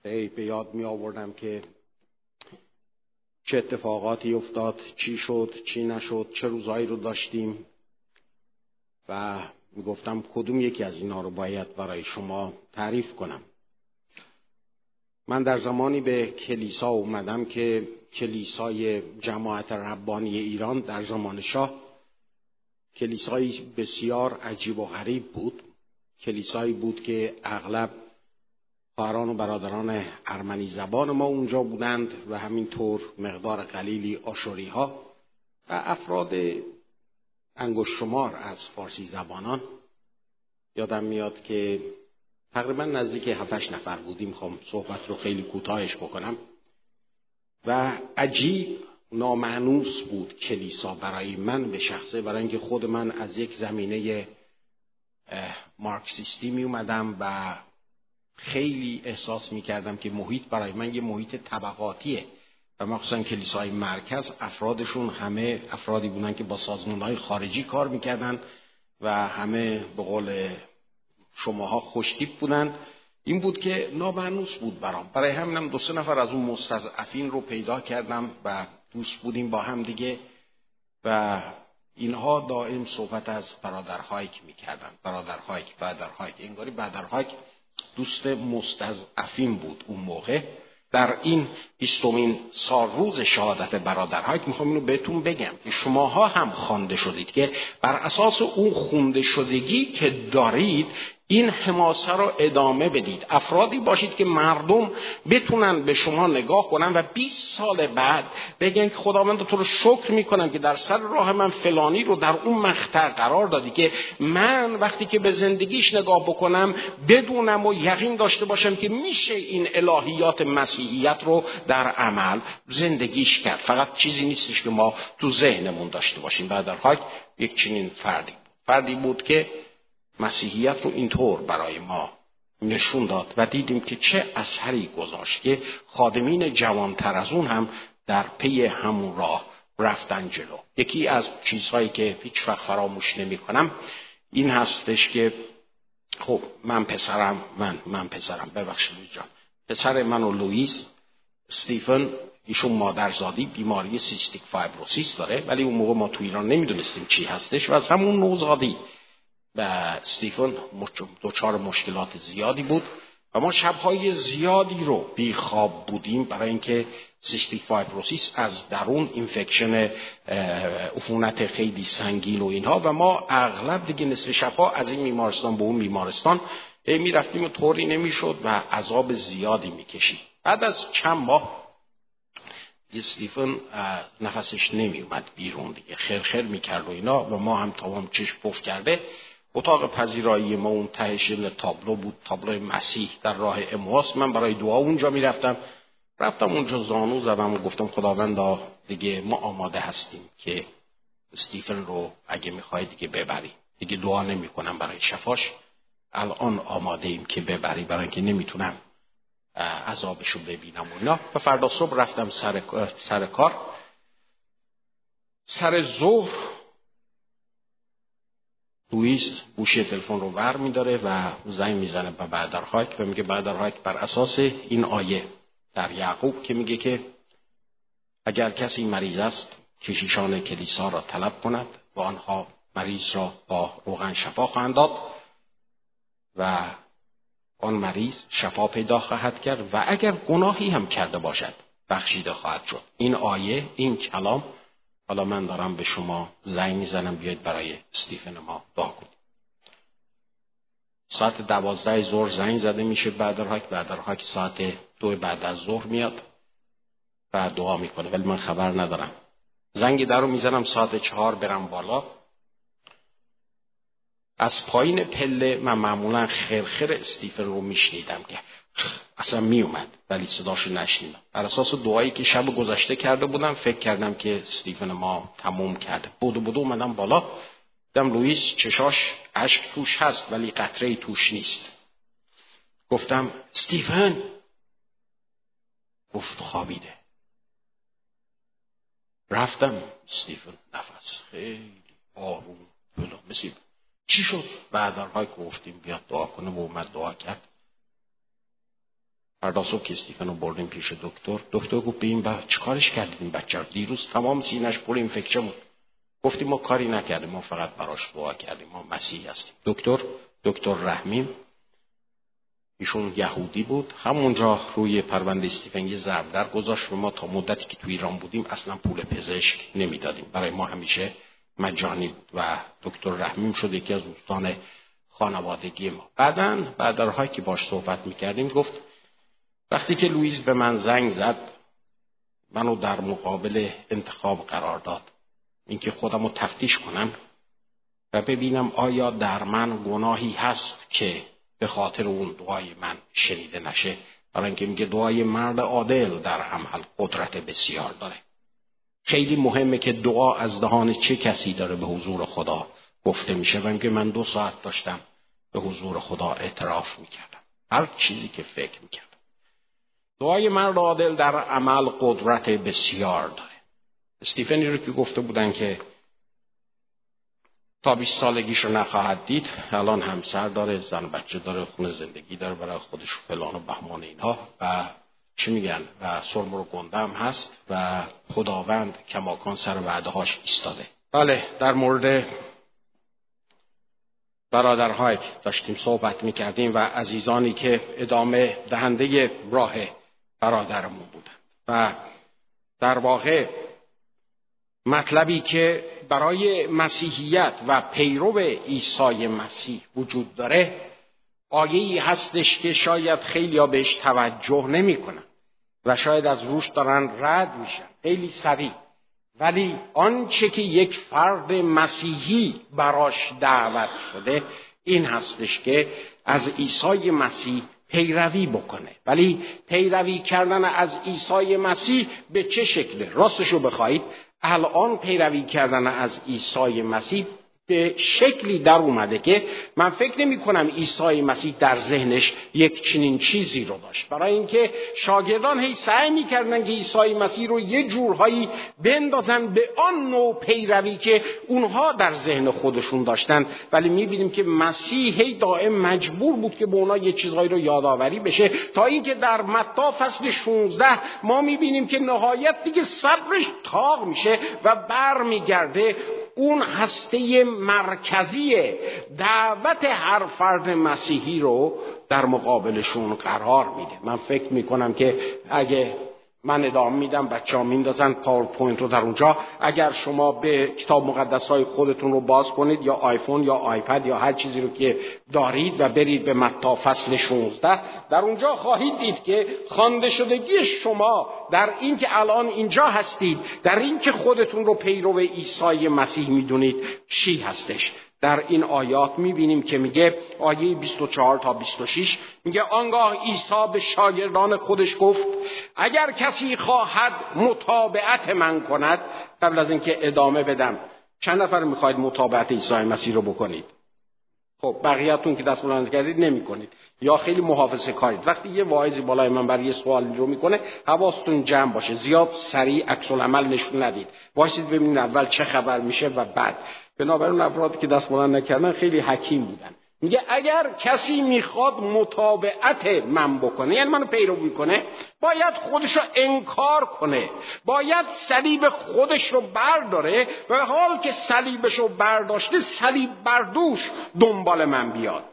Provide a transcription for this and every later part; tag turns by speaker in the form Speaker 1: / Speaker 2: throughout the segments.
Speaker 1: به یاد می آوردم که چه اتفاقاتی افتاد، چی شد، چی نشد، چه روزایی رو داشتیم و می گفتم کدوم یکی از اینا رو باید برای شما تعریف کنم. من در زمانی به کلیسا اومدم که کلیسای جماعت ربانی ایران در زمان شاه کلیسایی بسیار عجیب و غریب بود. کلیسایی بود که اغلب خواهران و برادران ارمنی زبان ما اونجا بودند و همینطور مقدار قلیلی آشوری ها و افراد انگشت شمار از فارسی زبانان. یادم میاد که تقریبا نزدیک 7-8 نفر بودیم. میخوام صحبت رو خیلی کوتاهش بکنم. و عجیب نامانوس بود کلیسا برای من به شخصه، برای اینکه خود من از یک زمینه مارکسیستی می اومدم و خیلی احساس می کردم که محیط برای من یه محیط طبقاتیه و مخصوصا کلیسای مرکز افرادشون همه افرادی بودن که با سازمان‌های خارجی کار میکردن و همه به قول شماها خوشتیپ بودن. این بود که نامانوس بود برام. برای همینم 2-3 نفر از اون مستضعفین رو پیدا کردم و دوست بودیم با هم دیگه و اینها دائم صحبت از برادر هایک میکردن. برادر هایک انگاری برادر هایک دوست مستضعفین بود اون موقع. در این 20مین سال روز شهادت برادر هایک میخوام اینو بهتون بگم که شماها هم خوانده شدید که بر اساس اون خونده شدگی که دارید این حماسه رو ادامه بدید. افرادی باشید که مردم بتونن به شما نگاه کنن و 20 سال بعد بگن که خداوند تو رو شکر میکنم که در سر راه من فلانی رو در اون مقطع قرار دادی که من وقتی که به زندگیش نگاه بکنم بدونم و یقین داشته باشم که میشه این الهیات مسیحیت رو در عمل زندگیش کرد. فقط چیزی نیستش که ما تو ذهنمون داشته باشیم. برادر هایک یک چنین فردی بود که مسیحیت رو اینطور برای ما نشون داد و دیدیم که چه اثری گذاشت که خادمین جوانتر از اون هم در پی همون راه رفتن جلو. یکی از چیزهایی که هیچ وقت فراموش نمی کنم این هستش که خب من پسرم ببخشید جان، پسر من و لوئیس استیفن، ایشون مادرزادی بیماری سیستیک فایبروسیس داره، ولی اون موقع ما تو ایران نمیدونستیم چی هستش و از همون نوزادی و استیفن دچار مشکلات زیادی بود و ما شبهای زیادی رو بی خواب بودیم برای اینکه سیستیک فایبروسیس از درون اینفکشن عفونت خیلی سنگین و اینها و ما اغلب دیگه نصف شبها از این بیمارستان به اون بیمارستان می رفتیم و طوری نمیشد و عذاب زیادی میکشید. بعد از چند ماه استیفن نفسش نمی اومد بیرون دیگه، خرخر میکرد و اینا و ما هم تمام چشم پف کرده. اتاق پذیرایی ما اون ته شل تابلو بود، تابلوی مسیح در راه امواس. من برای دعا اونجا میرفتم اونجا زانو زدم و گفتم خداوندا دیگه ما آماده هستیم که استیفن رو اگه میخوای دیگه ببری. دیگه دعا نمی کنم برای شفاش، الان آماده ایم که ببری برای اینکه نمیتونم عذابشو ببینم و اینا. و فردا صبح رفتم سر کار. سر ظهر لوئیس گوشی تلفن رو ور می‌داره و زنگ میزنه به برادر هایک و میگه برادر هایک بر اساس این آیه در یعقوب که میگه که اگر کسی مریض است کشیشان کلیسا را طلب کند و آنها مریض را با روغن شفا خواهند داد و آن مریض شفا پیدا خواهد کرد و اگر گناهی هم کرده باشد بخشیده خواهد شد. این آیه، این کلام، حالا من دارم به شما زنگ میزنم بیاید برای استیفن ما دعا کنید. ساعت 12 ظهر زنگ زده میشه برادر هایک ساعت 2 بعد از ظهر میاد و دعا میکنه، ولی من خبر ندارم. زنگ در رو میزنم ساعت 4 برم بالا. از پایین پله من معمولا خرخر استیفن رو میشنیدم که اصلا میومد ولی صداشو نشنیدم. بر اساس دعایی که شب گذشته کرده بودم فکر کردم که استیفن ما تموم کرده. بدو اومدم بالا، دیدم لوئیس چشاش اشک توش هست ولی قطره‌ای توش نیست. گفتم استیفن، گفت خوابیده. رفتم استیفن نفس خیلی آروم بلا مسیب چی شد؟ بعد های گفتیم بیاد دعا کنه و اومد دعا کرد. فردا صبح که استیفن رو بردیم پیش دکتر گفت به این چیکارش کردید این بچه رو؟ دیروز تمام سینه‌اش پر اینفکشن بود. گفتیم ما کاری نکردیم، ما فقط براش دعا کردیم، ما مسیحی هستیم. دکتر رحمین، ایشون یهودی بود، همونجا روی پرونده استیفن یه ضرب در گذاشت و ما تا مدتی که تو ایران بودیم اصلا پول پزشک نمیدادیم، برای ما همیشه مجانی بود و دکتر رحمین شد یکی از دوستان خانوادگی ما. بعدرهایی که باش صحبت میکردیم گفت وقتی که لوئیس به من زنگ زد منو در مقابل انتخاب قرار داد، اینکه خودم رو تفتیش کنم و ببینم آیا در من گناهی هست که به خاطر اون دعای من شنیده نشه، برای اینکه میگه دعای مرد عادل در عمل قدرت بسیار داره. خیلی مهمه که دعا از دهان چه کسی داره به حضور خدا گفته میشه. و میگه من 2 ساعت داشتم به حضور خدا اعتراف میکردم هر چیزی که فکر میکردم. دعای مرد عادل در عمل قدرت بسیار داره. استیفنی رو که گفته بودن که تا 20 سالگیشو نخواهد دید، الان همسر داره، زن بچه داره، خونه زندگی داره برای خودش و فلان و بهمان اینها و چی میگن و سرم و گنده هم هست و خداوند کماکان سر وعدهاش ایستاده. بله، در مورد برادرهای داشتیم صحبت میکردیم و عزیزانی که ادامه دهنده راه برادرمون بودن و در واقع مطلبی که برای مسیحیت و پیرو عیسی مسیح وجود داره آیه‌ای هستش که شاید خیلی‌ها بهش توجه نمی‌کنن و شاید از روش دارن رد میشن خیلی سریع، ولی آنچه که یک فرد مسیحی براش دعوت شده این هستش که از عیسی مسیح پیروی بکنه. ولی پیروی کردن از عیسی مسیح به چه شکله؟ راستشو بخواید الان پیروی کردن از عیسی مسیح به شکلی در اومده که من فکر نمی کنم عیسی مسیح در ذهنش یک چنین چیزی رو داشت، برای اینکه شاگردان هی سعی می‌کردن که عیسی مسیح رو یه جورهایی بندازن به آن نوع پیروی که اونها در ذهن خودشون داشتن. ولی می‌بینیم که مسیح هی دائم مجبور بود که به اونها یه چیزهایی رو یادآوری بشه، تا اینکه در متی فصل 16 ما می‌بینیم که نهایت دیگه صبرش تاق میشه و برمیگرده اون هسته مرکزی دعوت هر فرد مسیحی رو در مقابلشون قرار میده. من فکر میکنم که اگه من ادامه میدم بچه‌ها میندازن پاورپوینت رو در اونجا، اگر شما به کتاب مقدس های خودتون رو باز کنید یا آیفون یا آیپد یا هر چیزی رو که دارید و برید به متی فصل 16 در اونجا خواهید دید که خوانده شدگی شما در این که الان اینجا هستید، در این که خودتون رو پیرو عیسی مسیح میدونید چی هستش. در این آیات میبینیم که میگه آیه 24 تا 26 میگه آنگاه عیسی به شاگردان خودش گفت اگر کسی خواهد متابعت من کند. قبل از اینکه ادامه بدم چند نفر میخواید متابعت عیسی مسیح رو بکنید؟ خب بقیه‌تون که دست بلند کردید نمی‌کنید یا خیلی محافظه کارید. وقتی یه واعظی بالای من برای یه سوالی رو میکنه حواستون جمع باشه، زیاد سریع عکس العمل نشون ندید، وایسید ببینید اول چه خبر میشه و بعد. بنابراین افرادی که دست بلند نکردن خیلی حکیم بودن. میگه اگر کسی میخواد متابعت من بکنه، یعنی منو پیروی کنه، باید خودشو انکار کنه، باید صلیب خودش رو برداره و حال که صلیبشو برداشته صلیب بردوش دنبال من بیاد.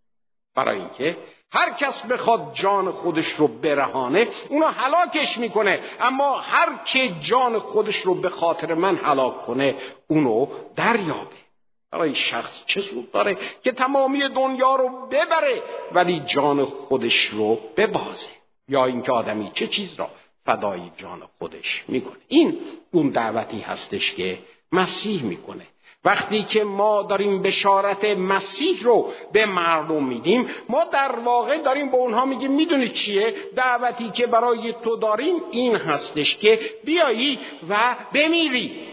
Speaker 1: برای اینکه هر کس بخواد جان خودش رو برهانه اونو هلاکش میکنه، اما هر که جان خودش رو به خاطر من هلاک کنه اونو دریابه. برای شخص چه سود داره که تمامی دنیا رو ببره ولی جان خودش رو ببازه؟ یا اینکه آدمی چه چیز را فدای جان خودش میکنه؟ این اون دعوتی هستش که مسیح میکنه. وقتی که ما داریم بشارت مسیح رو به مردم میدیم، ما در واقع داریم به اونها میگیم میدونی چیه؟ دعوتی که برای تو داریم این هستش که بیایی و بمیری.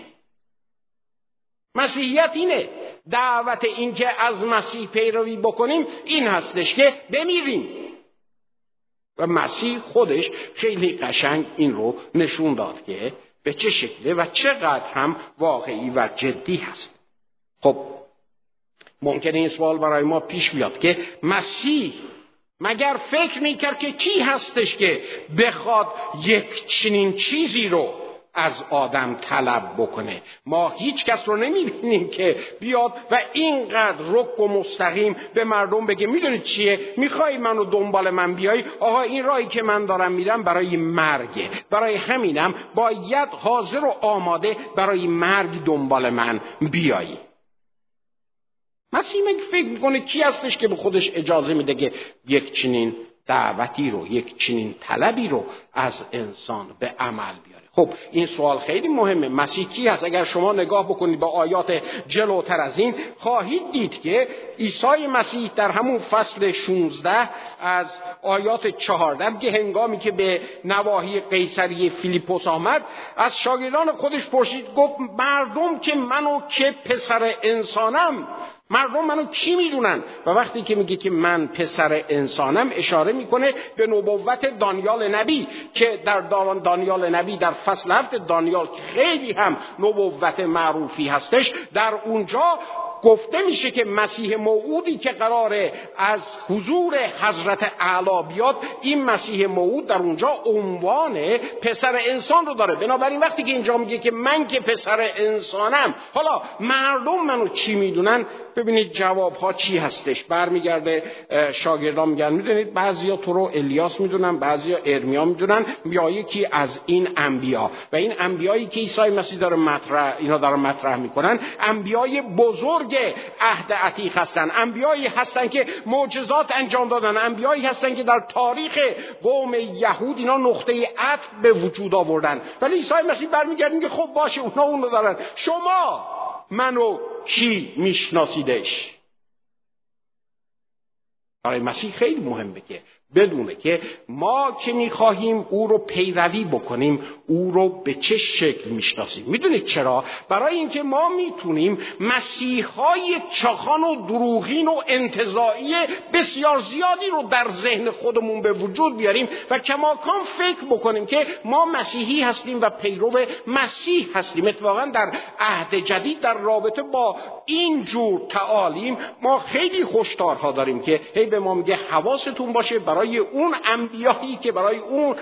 Speaker 1: مسیحیت اینه. دعوت این که از مسیح پیروی بکنیم این هستش که بمیریم. و مسیح خودش خیلی قشنگ این رو نشون داد که به چه شکله و چقدر هم واقعی و جدی هست. خب ممکنه این سوال برای ما پیش بیاد که مسیح مگر فکر میکرد که کی هستش که بخواد یک چنین چیزی رو از آدم طلب بکنه؟ ما هیچ کس رو نمیبینیم که بیاد و اینقدر رک و مستقیم به مردم بگه میدونید چیه، میخوای منو دنبال من بیای؟ آقا این راهی که من دارم میرم برای مرگه، برای همینم باید حاضر و آماده برای مرگ دنبال من بیایی. مسیح فکر میکنه کی هستش که به خودش اجازه میده که یک چنین دعوتی رو، یک چنین طلبی رو از انسان به عمل بیاره؟ خب این سوال خیلی مهمه. مسیح کی هست؟ اگر شما نگاه بکنید به آیات جلوتر از این خواهید دید که عیسی مسیح در همون فصل 16 از آیات 14 که هنگامی که به نواحی قیصریه فیلیپوس آمد از شاگردان خودش پرسید، گفت مردم که منو که پسر انسانم، مردم منو کی میدونن؟ و وقتی که میگه که من پسر انسانم اشاره میکنه به نبوت دانیال نبی که در دانیال نبی در فصل 7 دانیال که خیلی هم نبوت معروفی هستش، در اونجا گفته میشه که مسیح موعودی که قراره از حضور حضرت اعلی بیاد، این مسیح موعود در اونجا عنوان پسر انسان رو داره. بنابراین وقتی که اینجا میگه که من که پسر انسانم، حالا مردم منو چی میدونن؟ ببینید جوابها چی هستش. برمیگرده شاگردان میگن میدونید بعضیا تو رو الیاس میدونن، بعضیا ارمیا میدونن، یا یکی از این انبیا. و این انبیایی که عیسی مسیح داره مطرح میکنن انبیای بزرگ عهد عتیق هستن، انبیایی هستن که معجزات انجام دادن، انبیایی هستن که در تاریخ قوم یهود اینا نقطه عطف به وجود آوردن. ولی عیسی مسیح برمیگرده میگه خب باشه اونا اونو دارن، شما منو کی میشناسیدش؟ برای مسیح خیلی مهمه که بدونه که ما که میخواهیم او رو پیروی بکنیم او رو به چه شکل میشناسیم. میدونید چرا؟ برای اینکه ما میتونیم مسیحای چاخان و دروغین و انتزاعی بسیار زیادی رو در ذهن خودمون به وجود بیاریم و کماکان فکر بکنیم که ما مسیحی هستیم و پیرو مسیح هستیم. اتفاقا در عهد جدید در رابطه با این جور تعالیم ما خیلی هشدارها داریم که هی به ما میگه حواستون باشه برای اون انبیایی که برای اون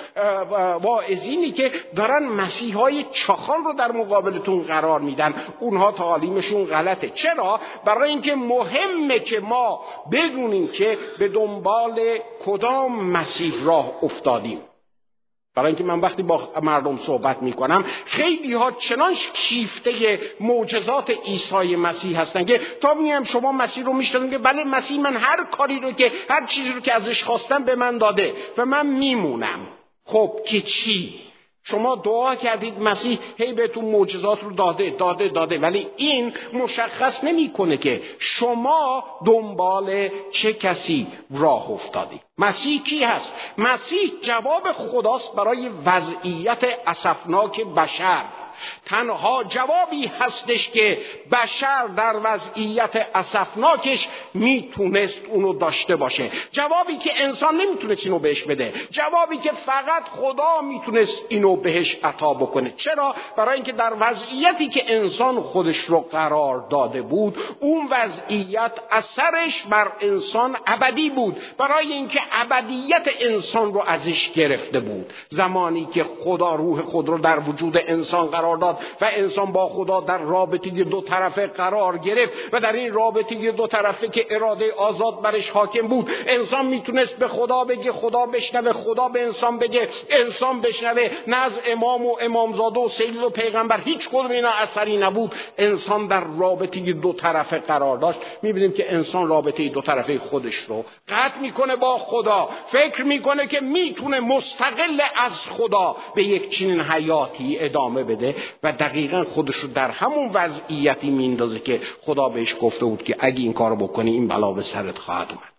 Speaker 1: واعظینی که دارن مسیحای چاخان رو در مقابلتون قرار میدن، اونها تعالیمشون غلطه. چرا؟ برای اینکه مهمه که ما بدونیم که به دنبال کدام مسیح راه افتادیم. برای اینکه من وقتی با مردم صحبت میکنم خیلی ها چنان شیفته معجزات عیسی مسیح هستن که تا میگم شما مسیح رو میشناسید که بله مسیح من هر کاری رو که هر چیزی رو که ازش خواستم به من داده و من میمونم. خب که چی؟ شما دعا کردید مسیح هی بهتون معجزات رو داده ولی این مشخص نمیکنه که شما دنبال چه کسی راه افتادید. مسیح کی هست؟ مسیح جواب خداست برای وضعیت اسفناک بشر. تنها جوابی هستش که بشر در وضعیت اسفناکش میتونست اونو داشته باشه، جوابی که انسان نمیتونست اینو بهش بده، جوابی که فقط خدا میتونست اینو بهش عطا بکنه. چرا؟ برای اینکه در وضعیتی که انسان خودش رو قرار داده بود اون وضعیت اثرش بر انسان ابدی بود، برای اینکه ابدیت انسان رو ازش گرفته بود. زمانی که خدا روح خود رو در وجود انسان قرار داد و انسان با خدا در رابطه دو طرفه قرار گرفت و در این رابطه دو طرفه که اراده آزاد برش حاکم بود، انسان میتونست به خدا بگه، خدا بشنوه، خدا به انسان بگه، انسان بشنوه. نه از امام و امامزاده و سید و پیغمبر هیچ کدوم اینا اثری نبود. انسان در رابطه دو طرفه قرار داشت. میبینیم که انسان رابطه دو طرفه خودش رو قطع میکنه با خدا، فکر میکنه که میتونه مستقل از خدا به یک چنین حیاتی ادامه بده و دقیقاً خودش رو در همون وضعیتی میندازه که خدا بهش گفته بود که اگه این کارو بکنی این بلا به سرت خواهد اومد.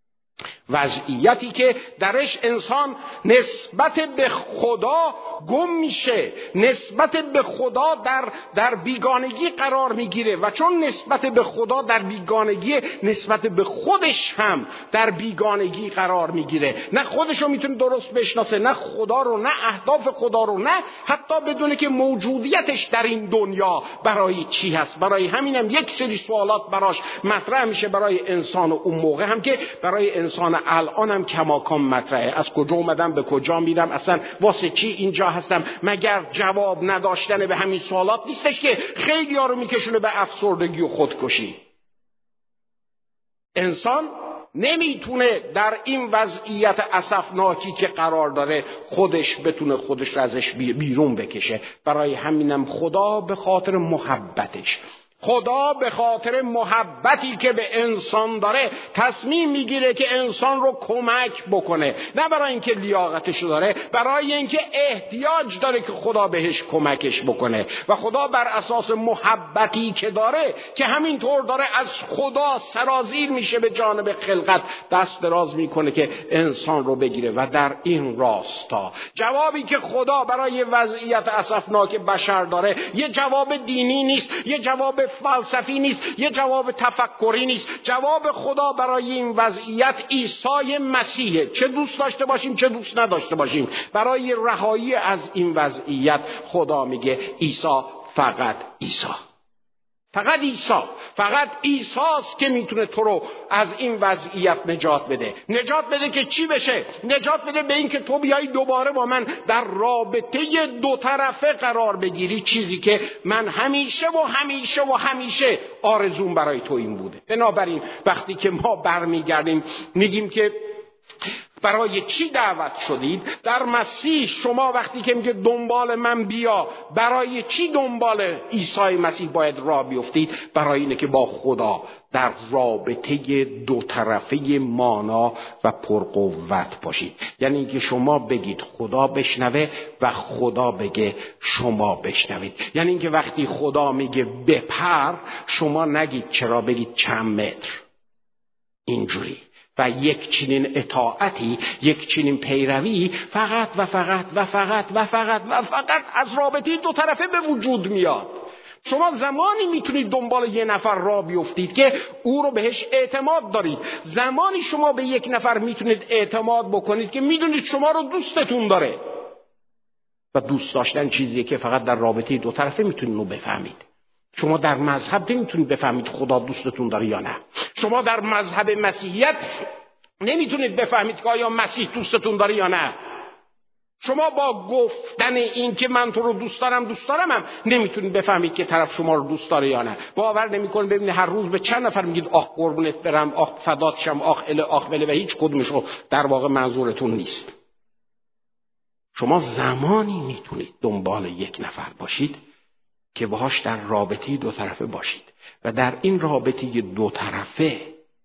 Speaker 1: وضعیتی که درش انسان نسبت به خدا گم میشه، نسبت به خدا در بیگانگی قرار میگیره و چون نسبت به خدا در بیگانگی، نسبت به خودش هم در بیگانگی قرار میگیره. نه خودشو میتونه درست بشناسه، نه خدا رو، نه اهداف خدا رو، نه حتی بدونه که موجودیتش در این دنیا برای چی هست. برای همینم یک سری سوالات براش مطرح میشه برای انسان اون موقع هم که برای انسان الانم کماکان مطرحه. از کجا اومدم به کجا میرم، اصلا واسه چی اینجا هستم؟ مگر جواب نداشتن به همین سوالات نیستش که خیلی ها رو میکشونه به افسردگی و خودکشی؟ انسان نمیتونه در این وضعیت اسفناکی که قرار داره بتونه خودش رو ازش بیرون بکشه. برای همینم خدا به خاطر محبتی که به انسان داره تصمیم میگیره که انسان رو کمک بکنه، نه برای اینکه لیاقتش داره، برای اینکه احتیاج داره که خدا بهش کمکش بکنه. و خدا بر اساس محبتی که داره، که همینطور داره از خدا سرازیر میشه به جانب خلقت، دست دراز میکنه که انسان رو بگیره. و در این راستا جوابی که خدا برای وضعیت اسفناک بشر داره یه جواب دینی نیست، یه جواب فلسفی نیست، یه جواب تفکری نیست. جواب خدا برای این وضعیت عیسی مسیحه، چه دوست داشته باشیم چه دوست نداشته باشیم. برای رهایی از این وضعیت خدا میگه عیسی، فقط عیساست که میتونه تو رو از این وضعیت نجات بده. نجات بده که چی بشه؟ نجات بده به این که تو بیایی دوباره با من در رابطه دو طرفه قرار بگیری، چیزی که من همیشه آرزوم برای تو این بوده. بنابراین وقتی که ما برمیگردیم میگیم که برای چی دعوت شدید؟ در مسیح شما وقتی که میگه دنبال من بیا، برای چی دنبال عیسی مسیح باید راه بیفتید؟ برای اینه که با خدا در رابطه دو طرفه مانا و پرقوت باشید. یعنی اینکه شما بگید خدا بشنوه و خدا بگه شما بشنوید. یعنی اینکه وقتی خدا میگه بپر، شما نگید چرا، بگید چند متر. اینجوری. و یک چنین اطاعتی، یک چنین پیروی فقط از رابطه دو طرفه به وجود میاد. شما زمانی میتونید دنبال یه نفر راه بیفتید که او رو بهش اعتماد دارید. زمانی شما به یک نفر میتونید اعتماد بکنید که میدونید شما رو دوستتون داره. و دوست داشتن چیزیه که فقط در رابطه دو طرفه میتونید رو بفهمید. شما در مذهب نمیتونید بفهمید خدا دوستتون داره یا نه. شما در مذهب مسیحیت نمیتونید بفهمید که آیا مسیح دوستتون داره یا نه. شما با گفتن این که من تو رو دوست دارم هم نمیتونید بفهمید که طرف شما رو دوست داره یا نه. باور نمیکنید. ببینید هر روز به چند نفر میگید آخ قربونت برم، آخ فدات شم، آخ اله، آخ بله، و هیچ کدومشو در واقع منظورتون نیست. شما زمانی میتونید دنبال یک نفر باشید که باهاش در رابطه دو طرفه باشید و در این رابطه دو طرفه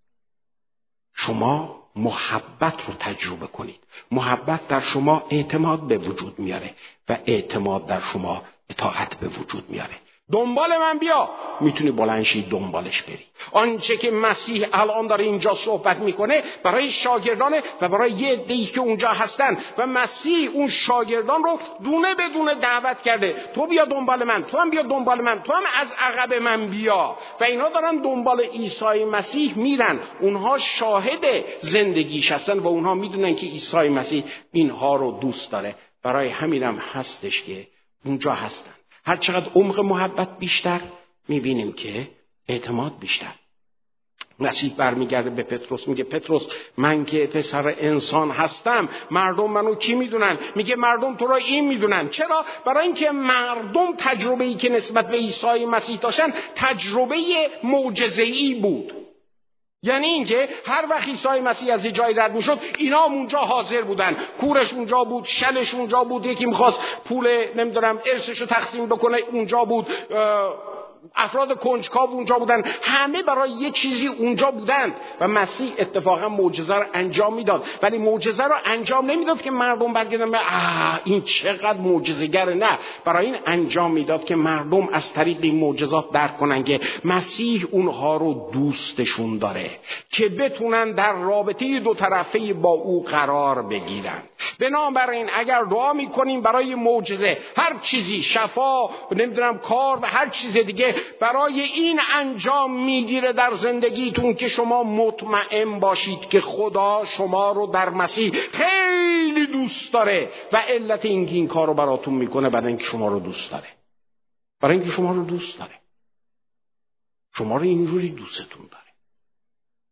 Speaker 1: شما محبت رو تجربه کنید. محبت در شما اعتماد به وجود میاره و اعتماد در شما اطاعت به وجود میاره. دنبال من بیا، میتونی بلندشی دنبالش بری. آنچه که مسیح الان داره اینجا صحبت میکنه برای شاگردانه و برای یه عده‌ای که اونجا هستن و مسیح اون شاگردان رو دونه به دونه دعوت کرده. تو بیا دنبال من، تو هم بیا دنبال من، تو هم از عقب من بیا. و اینا دارن دنبال عیسی مسیح میرن. اونها شاهد زندگیش هستن و اونها میدونن که عیسی مسیح اینها رو دوست داره. برای همینم هستش که اونجا هستن. هر چقدر عمق محبت بیشتر، میبینیم که اعتماد بیشتر. مسیح برمیگرده به پتروس، میگه پتروس، من که پسر انسان هستم، مردم منو کی میدونن؟ میگه مردم تو را این میدونن. چرا؟ برای اینکه مردم تجربه‌ای که نسبت به عیسی مسیح داشتن تجربه معجزه‌ای بود. یعنی اینکه هر وقت عیسی مسیح از یه جایی رد میشد، اینا هم اونجا حاضر بودن. کورش اونجا بود، شلش اونجا بود، یکی میخواست پول نمیدونم ارثشو تقسیم بکنه اونجا بود، افراد کنجکاو اونجا بودن، همه برای یه چیزی اونجا بودن و مسیح اتفاقا معجزه رو انجام میداد. ولی معجزه رو انجام نمیداد که مردم برگردن به این چقدر معجزه‌گره، نه، برای این انجام میداد که مردم از طریق این معجزات درک کنن که مسیح اونها رو دوستشون داره، که بتونن در رابطه دو طرفه با او قرار بگیرن. بنابراین اگر دعا میکنیم برای معجزه، هر چیزی، شفا، نمیدونم کار و هر چیز دیگه برای این انجام میگیره در زندگیتون که شما مطمئن باشید که خدا شما رو در مسیح خیلی دوست داره و علت این کار رو براتون میکنه برای اینکه شما رو دوست داره. برای اینکه شما رو دوست داره. شما رو اینجوری دوستتون داره.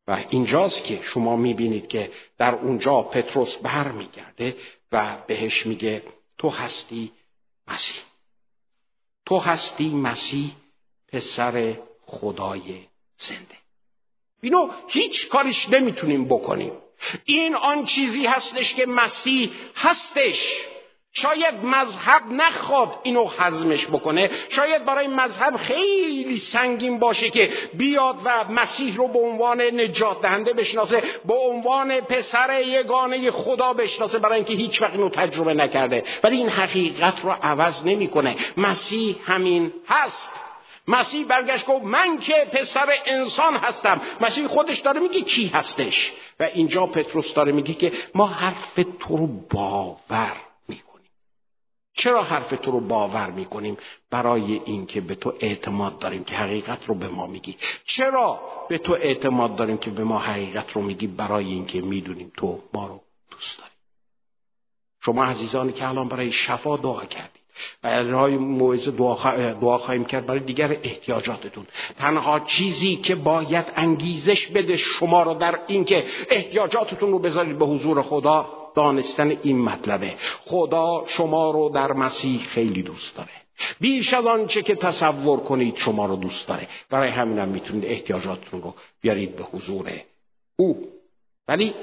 Speaker 1: و اینجاست که شما میبینید که در اونجا پتروس برمیگرده و بهش میگه تو هستی مسیح. تو هستی مسیح، پسر خدای زنده. اینو هیچ کارش نمیتونیم بکنیم. این آن چیزی هستش که مسیح هستش. شاید مذهب نخواد اینو هضمش بکنه، شاید برای مذهب خیلی سنگین باشه که بیاد و مسیح رو به عنوان نجات دهنده بشناسه، به عنوان پسر یگانه خدا بشناسه، برای اینکه هیچ وقت اینو تجربه نکرده. ولی این حقیقت رو عوض نمیکنه. مسیح همین هست. مسیح برگشت گفت من که پسر انسان هستم. مسیح خودش داره میگه کی هستش و اینجا پتروس داره میگه که ما حرف تو رو باور میکنیم. چرا حرف تو رو باور میکنیم؟ برای اینکه به تو اعتماد داریم که حقیقت رو به ما میگی. چرا به تو اعتماد داریم که به ما حقیقت رو میگی؟ برای اینکه میدونیم تو ما رو دوست داری. شما عزیزانی که الان برای شفا دعا کردید و الهی موعظه دعا خواهیم کرد برای دیگر احتیاجاتتون، تنها چیزی که باید انگیزش بده شما رو در این که احتیاجاتتون رو بذارید به حضور خدا، دانستن این مطلبه: خدا شما رو در مسیح خیلی دوست داره، بیش از آنچه که تصور کنید شما رو دوست داره. برای همین هم میتونید احتیاجاتتون رو بیارید به حضور او. ولی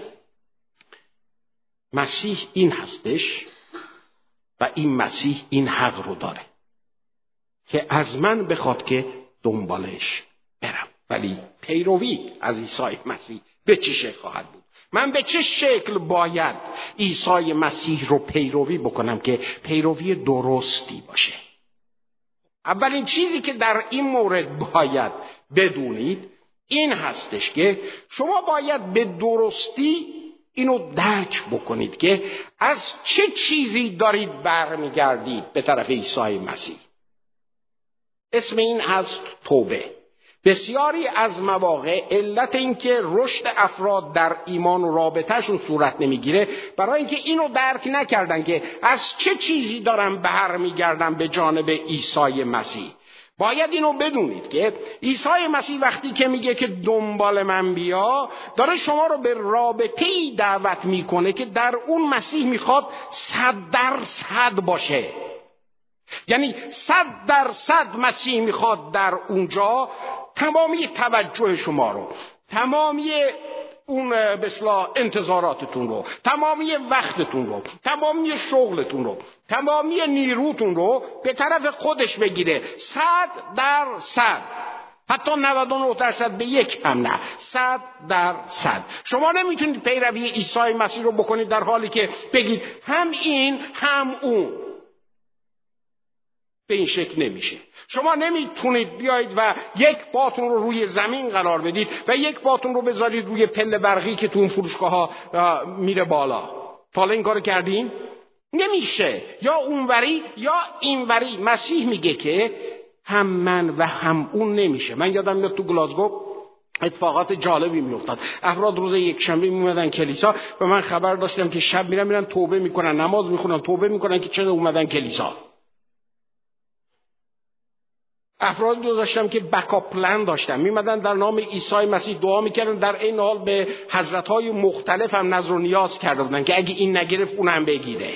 Speaker 1: مسیح این هستش و این مسیح این حق رو داره که از من بخواد که دنبالش برم. ولی پیروی از عیسی مسیح به چه شکل خواهد بود؟ من به چه شکل باید عیسی مسیح رو پیروی بکنم که پیروی درستی باشه؟ اولین چیزی که در این مورد باید بدونید این هستش که شما باید به درستی اینو درک بکنید که از چه چیزی دارید برمیگردید به طرف عیسی مسیح. اسم این هست توبه. بسیاری از مواقع علت این که رشد افراد در ایمان و رابطهشون صورت نمیگیره برای اینکه اینو درک نکردن که از چه چیزی دارن برمیگردن به جانب عیسی مسیح. باید اینو بدونید که عیسی مسیح وقتی که میگه که دنبال من بیا، داره شما رو به رابطه‌ای دعوت میکنه که در اون مسیح میخواد 100% باشه. یعنی 100% مسیح میخواد در اونجا تمامی توجه شما رو، تمامی اون به اصطلاح انتظاراتتون رو، تمامی وقتتون رو، تمامی شغلتون رو، تمامی نیروتون رو به طرف خودش بگیره. 100%، حتی 99% به یک هم نه، 100%. شما نمیتونید پیروی عیسی مسیح رو بکنید در حالی که بگید هم این هم اون. به این شکل نمیشه. شما نمیتونید بیایید و یک پاتون رو روی زمین قرار بدید و یک پاتون رو بذارید روی پله برقی که تو اون فروشگاه ها میره بالا. تا این کارو کردین؟ نمیشه. یا اونوری یا اینوری. مسیح میگه که هم من و هم اون نمیشه. من یادم میاد تو گلاسگو اتفاقات جالبی میافتاد. افراد روز یک شنبه میومدن کلیسا و من خبر داشتم که شب میرن توبه میکنن، نماز میخونن، توبه میکنن که چرا اومدن کلیسا. افرادی رو داشتم که بکاپ پلن داشتن، میمدن در نام عیسی مسیح دعا میکردن، در این حال به حضرت‌های مختلف هم نذر و نیاز کرده بودن که اگه این نگرفت اونم بگیره.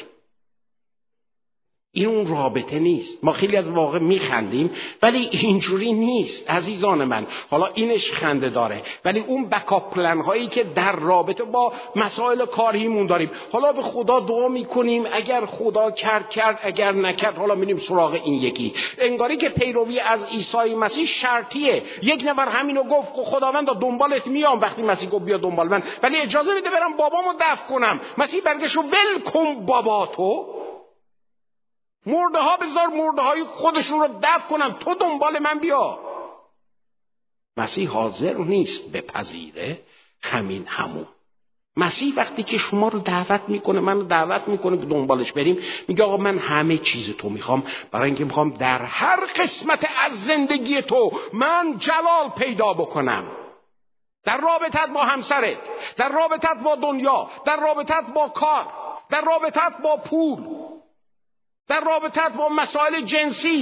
Speaker 1: این اون رابطه نیست. ما خیلی از واقع میخندیم ولی اینجوری نیست عزیزان من. حالا اینش خنده داره ولی اون بکاپ پلن هایی که در رابطه با مسائل کاریمون داریم، حالا به خدا دعا میکنیم، اگر خدا کرد، اگر نکرد حالا میریم سراغ این یکی. انگاری که پیروی از عیسی مسیح شرطیه. یک نفر همینو گفت خداوند دنبالت میام، وقتی مسیح گفت بیا دنبال من، ولی اجازه بده برم بابامو دفن کنم. مسیح برگشت و ول کن باباتو، مرده ها بذار مرده های خودشون رو دفن کنن، تو دنبال من بیا. مسیح حاضر نیست بپذیره همین همون. مسیح وقتی که شما رو دعوت میکنه، من رو دعوت میکنه که دنبالش بریم، میگه آقا من همه چیز تو میخوام، برای اینکه میخوام در هر قسمت از زندگی تو من جلال پیدا بکنم. در رابطت با همسرت، در رابطت با دنیا، در رابطت با کار، در رابطت با پول، در رابطت با مسائل جنسی،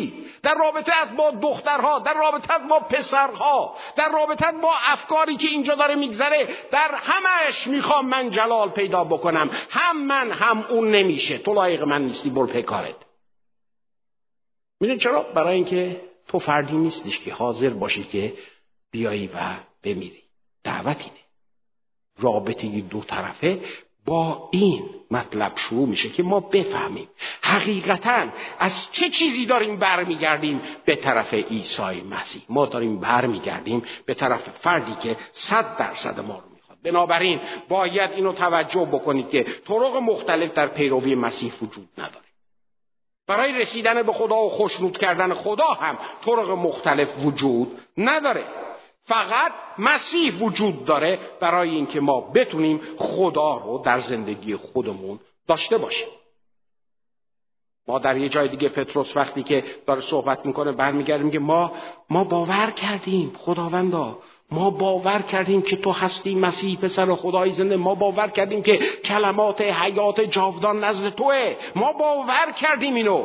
Speaker 1: در رابطه با دخترها، در رابطه با پسرها، در رابطه با افکاری که اینجا داره میگذره، در همش میخوام من جلال پیدا بکنم. هم من هم اون نمیشه. تو لایق من نیستی، برو پی کارت. میدونی چرا؟ برای اینکه تو فردی نیستیش که حاضر باشی که بیایی و بمیری. دعوت اینه. رابطه دو طرفه با این مطلب شروع میشه که ما بفهمیم حقیقتاً از چه چیزی داریم برمیگردیم به طرف عیسی مسیح. ما داریم برمیگردیم به طرف فردی که 100% ما رو میخواد. بنابراین باید اینو توجه بکنید که طرق مختلف در پیروی مسیح وجود نداره. برای رسیدن به خدا و خوشنود کردن خدا هم طرق مختلف وجود نداره. فقط مسیح وجود داره برای اینکه ما بتونیم خدا رو در زندگی خودمون داشته باشیم. ما در یه جای دیگه پتروس وقتی که داره صحبت میکنه برمیگردیم که ما باور کردیم خداوندا، ما باور کردیم که تو هستی مسیح پسر خدای زنده، ما باور کردیم که کلمات حیات جاودان نزد توه، ما باور کردیم اینو.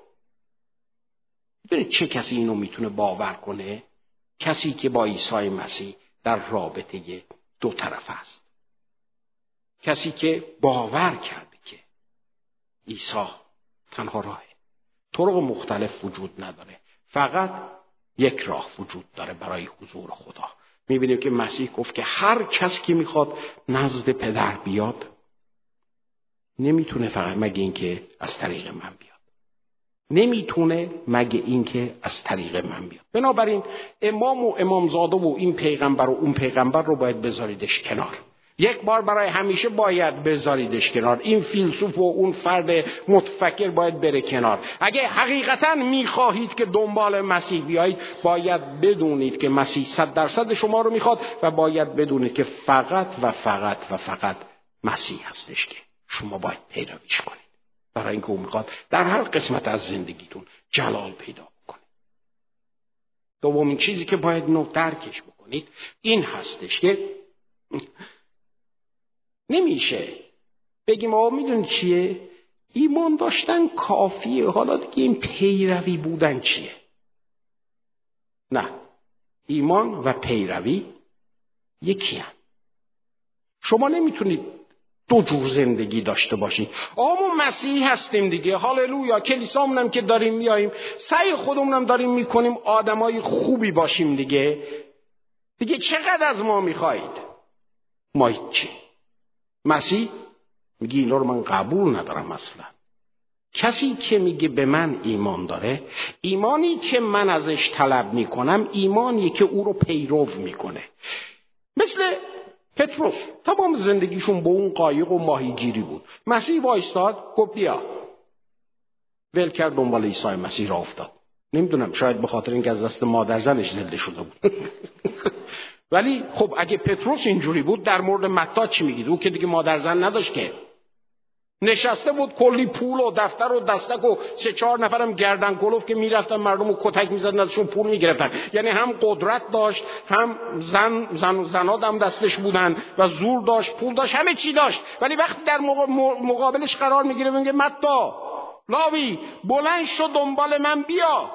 Speaker 1: ببینید چه کسی اینو میتونه باور کنه؟ کسی که با عیسی مسیح در رابطه دو طرف است. کسی که باور کرده که عیسی تنها راهه. طرق مختلف وجود نداره. فقط یک راه وجود داره برای حضور خدا. میبینیم که مسیح گفت که هر کس که میخواد نزد پدر بیاد نمیتونه فقط مگه اینکه از طریق من بیاد. نمیتونه مگه اینکه از طریق من بیاد. بنابراین امام و امامزاده و این پیغمبر و اون پیغمبر رو باید بذاریدش کنار. یک بار برای همیشه باید بذاریدش کنار. این فیلسوف و اون فرد متفکر باید بره کنار. اگه حقیقتا میخواهید که دنبال مسیح بیایید باید بدونید که مسیح 100% شما رو میخواد و باید بدونید که فقط و فقط و فقط مسیح هستش که شما باید پیرویش کنید. برای اینکه او میخواد در هر قسمت از زندگیتون جلال پیدا بکنه. دومین چیزی که باید اینو درکش بکنید این هستش که نمیشه بگیم آقا میدونی چیه؟ ایمان داشتن کافیه، حالا دیگه این پیروی بودن چیه؟ نه، ایمان و پیروی یکی هم. شما نمیتونید دو جور زندگی داشته باشید. آقا ما مسیح هستیم دیگه، هاللویا، کلیسامونم که داریم میاییم، سعی خودمونم داریم میکنیم آدمای خوبی باشیم دیگه چقدر از ما میخواید؟ ما هیچی. مسیح میگه اینا رو من قبول ندارم اصلا. کسی که میگه به من ایمان داره، ایمانی که من ازش طلب میکنم ایمانی که او رو پیرو میکنه. مثل پتروس تمام زندگیشون با اون قایق و ماهیگیری بود. مسیح وایستاد گفت بیا، ول کرد دنبال عیسی مسیح راه افتاد. نمیدونم شاید به خاطر اینکه از دست مادر زنش زنده شده بود. ولی خب اگه پتروس اینجوری بود در مورد متی چی میگید؟ او که دیگه مادر زن نداشت که، نشسته بود کلی پول و دفتر و دستک و 3-4 نفرم گردن کلوف که میرفتن مردم رو کتک میزدن ازشون پول میگرفتن. یعنی هم قدرت داشت، هم زناد هم دستش بودن و زور داشت، پول داشت، همه چی داشت. ولی وقتی در مقابلش قرار میگیره میگه متی لاوی بلند شو دنبال من بیا،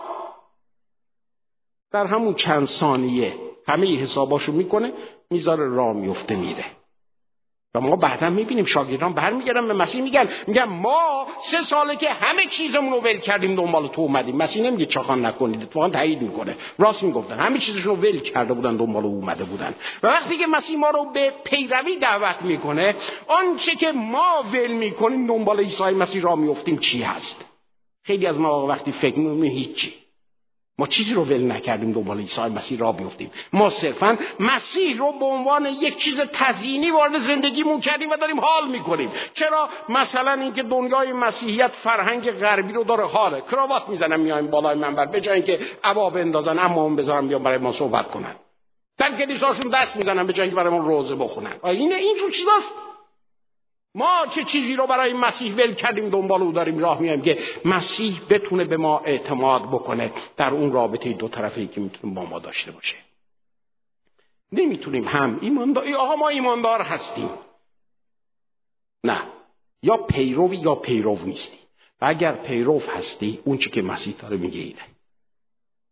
Speaker 1: در همون چند ثانیه همه حساباشو میکنه، میذاره راه میفته میره. و ما بعدا میبینیم شاگردان برمیگردن به مسیح میگن ما 3 ساله که همه چیزمون رو ول کردیم دنبال تو اومدیم. مسیح نمیگه چاخان نکنید، اتفاقا تایید میکنه، راست میگفتن، همه چیزشون رو ول کرده بودن دنبال او اومده بودن. و وقتی که مسیح ما رو به پیروی دعوت میکنه، آنچه که ما ول میکنیم دنبال عیسی مسیح راه میفتیم چی هست؟ خیلی از ما وقتی فکر میکنیم هیچی، ما چیزی رو ول نکردیم دنبال عیسی مسیح راه بیفتیم. ما صرفاً مسیح رو به عنوان یک چیز تزیینی وارد زندگیمون کردیم و داریم حال میکنیم. چرا؟ مثلا اینکه دنیای مسیحیت فرهنگ غربی رو داره حاله، کراوات میزنن میایم بالای منبر به جای اینکه عبا بندازن اما هم بذارن بیان برای ما صحبت کنن. در کلیساشون دست میزنن به جای اینکه برای ما روزه بخونن. اینجور چیزاست. ما چه چیزی رو برای مسیح ول کردیم دنبال او داریم راه میایم که مسیح بتونه به ما اعتماد بکنه در اون رابطه دو طرفه‌ای که میتونه با ما داشته باشه. نمیتونیم هم ایماندار آقا ما ایماندار هستیم، نه، یا پیروی یا پیرو نیستی. و اگر پیرو هستی اون چی که مسیح داره میگه اینه،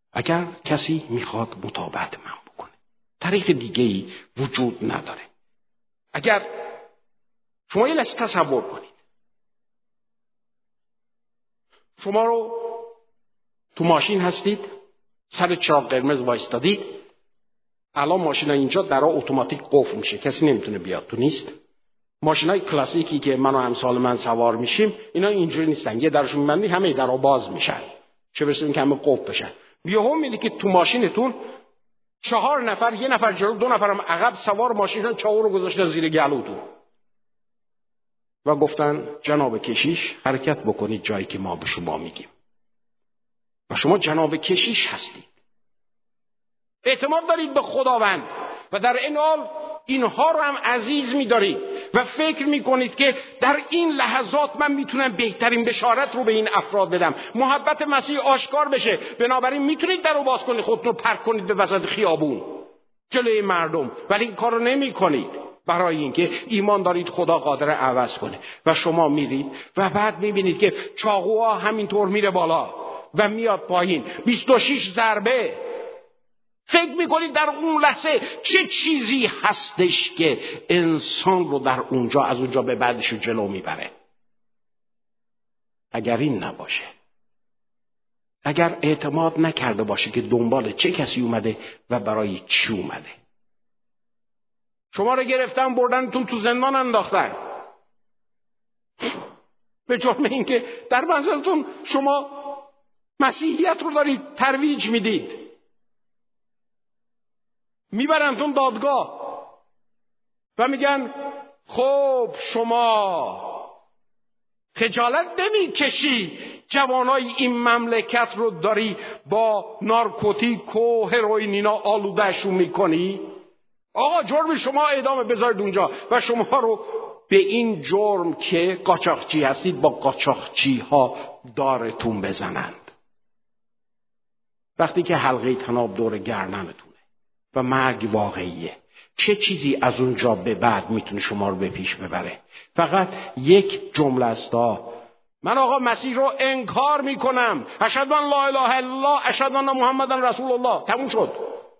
Speaker 1: اگر کسی میخواد مطابقت من بکنه، طریق دیگه‌ای وجود نداره. اگر شما یه لحظه تصور کنید شما رو تو ماشین هستید، سر چراغ قرمز وایستادید، الان ماشینا اینجا درا اتوماتیک قفل میشه، کسی نمیتونه بیاد تو، نیست؟ ماشینای کلاسیکی که من و امثال من سوار میشیم اینا اینجوری نیستن، یه درشون میبندی همه درا باز میشن، چه برسه اینکه همه قفل بشن. یهو میبینی که تو ماشینتون 4 نفر، 1 نفر جلو 2 نفرم عقب سوار ماشینن، چاقو رو گذاشتن زیر گلوتون و گفتن جناب کشیش حرکت بکنید جایی که ما به شما میگیم. و شما جناب کشیش هستید، اعتماد دارید به خداوند و در این حال اینها رو هم عزیز می‌دارید و فکر می‌کنید که در این لحظات من میتونم بهترین بشارت رو به این افراد بدم، محبت مسیح آشکار بشه، بنابراین میتونید در رو باز کنید، خودتون رو پرت کنید به وسط خیابون جلوی مردم، ولی این کار رو نمی‌کنید برای اینکه ایمان دارید خدا قادر عوض کنه. و شما میرید و بعد می‌بینید که چاقوها همینطور میره بالا و میاد پایین، 26 ضربه. فکر میکنید در اون لحظه چه چیزی هستش که انسان رو در اونجا از اونجا به بعدش رو جلو میبره؟ اگر این نباشه، اگر اعتماد نکرده باشه که دنبال چه کسی اومده و برای چی اومده، شما رو گرفتن بردنتون تو زندان انداختن به جرم اینکه در منزلتون شما مسیحیت رو دارید ترویج میدید، میبرنتون دادگاه و میگن خب شما خجالت نمیکشی جوانای این مملکت رو داری با نارکوتیک و هروئین اینا آلودهشون میکنی؟ آقا جرم شما اعدام، بذارید اونجا و شما رو به این جرم که قاچاقچی هستید با قاچاقچی ها دارتون بزنند. وقتی که حلقه طناب دور گردنتونه و مرگ واقعیه، چه چیزی از اونجا به بعد میتونه شما رو به پیش ببره؟ فقط یک جمله است: من آقا مسیح رو انکار میکنم، اشهد ان لا اله الا الله، اشهد ان محمد رسول الله. تموم شد.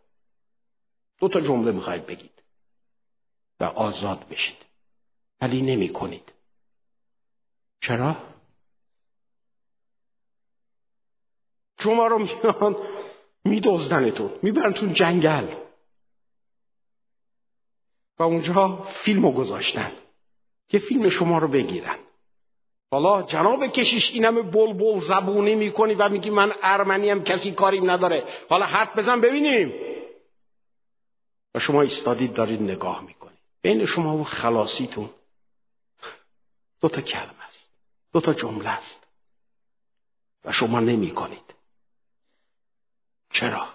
Speaker 1: 2 جمله میخواید بگید و آزاد بشید، ولی نمی کنید. چرا؟ شما رو میان میدزدنتون، میبرنتون جنگل و اونجا فیلمو گذاشتن که فیلم شما رو بگیرن. حالا جناب کشیش این همه بلبل زبونی میکنی و میگی من ارمنیم کسی کاریم نداره، حالا حرف بزن ببینیم. و شما ایستادید دارید نگاه میکنید، بین شما و خلاصیتون 2 کلمه است، 2 جمله است و شما نمی کنید. چرا؟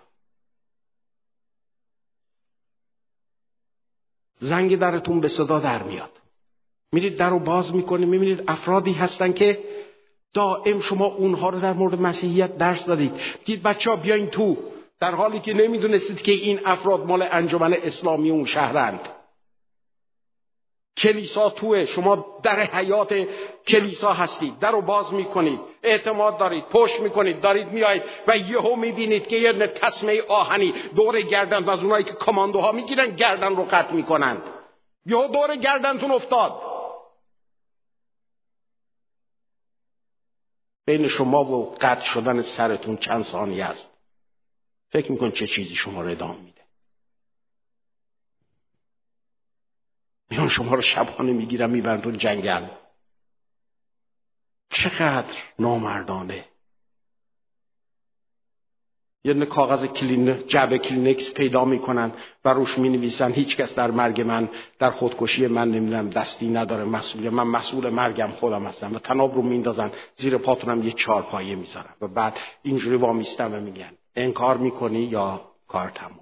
Speaker 1: زنگ درتون به صدا در میاد، میرید در رو باز میکنید، میبینید افرادی هستن که دائم شما اونها رو در مورد مسیحیت درس دادید، میگید بچه‌ها بیاین تو، در حالی که نمیدونستید که این افراد مال انجمن اسلامی اون شهرند. کلیسا توه، شما در حیات کلیسا هستید، در رو باز میکنید، اعتماد دارید، پشت میکنید، دارید میایید و یهو میبینید که یه تسمه آهنی دور گردن و از اونایی که کاماندوها میگیرن گردن رو قطع میکنند، یهو دور گردنتون افتاد. بین شما و قطع شدن سرتون چند ثانیه است. فکر میکن چه چیزی شما رو ادامه میده. میان شما رو شبانه میگیرن میبرن جنگل. چقدر نامردانه. یه کاغذ جعبه کلینکس پیدا میکنن و روش مینویسن هیچ کس در مرگ من، در خودکشی من نمیدونم دستی نداره، من مسئول مرگم خودم هستم. و طناب رو میندازن زیر پاتونم یه 4 پایه میذارن و بعد اینجوری وامیستن و میگن انکار میکنی یا کار تمومه.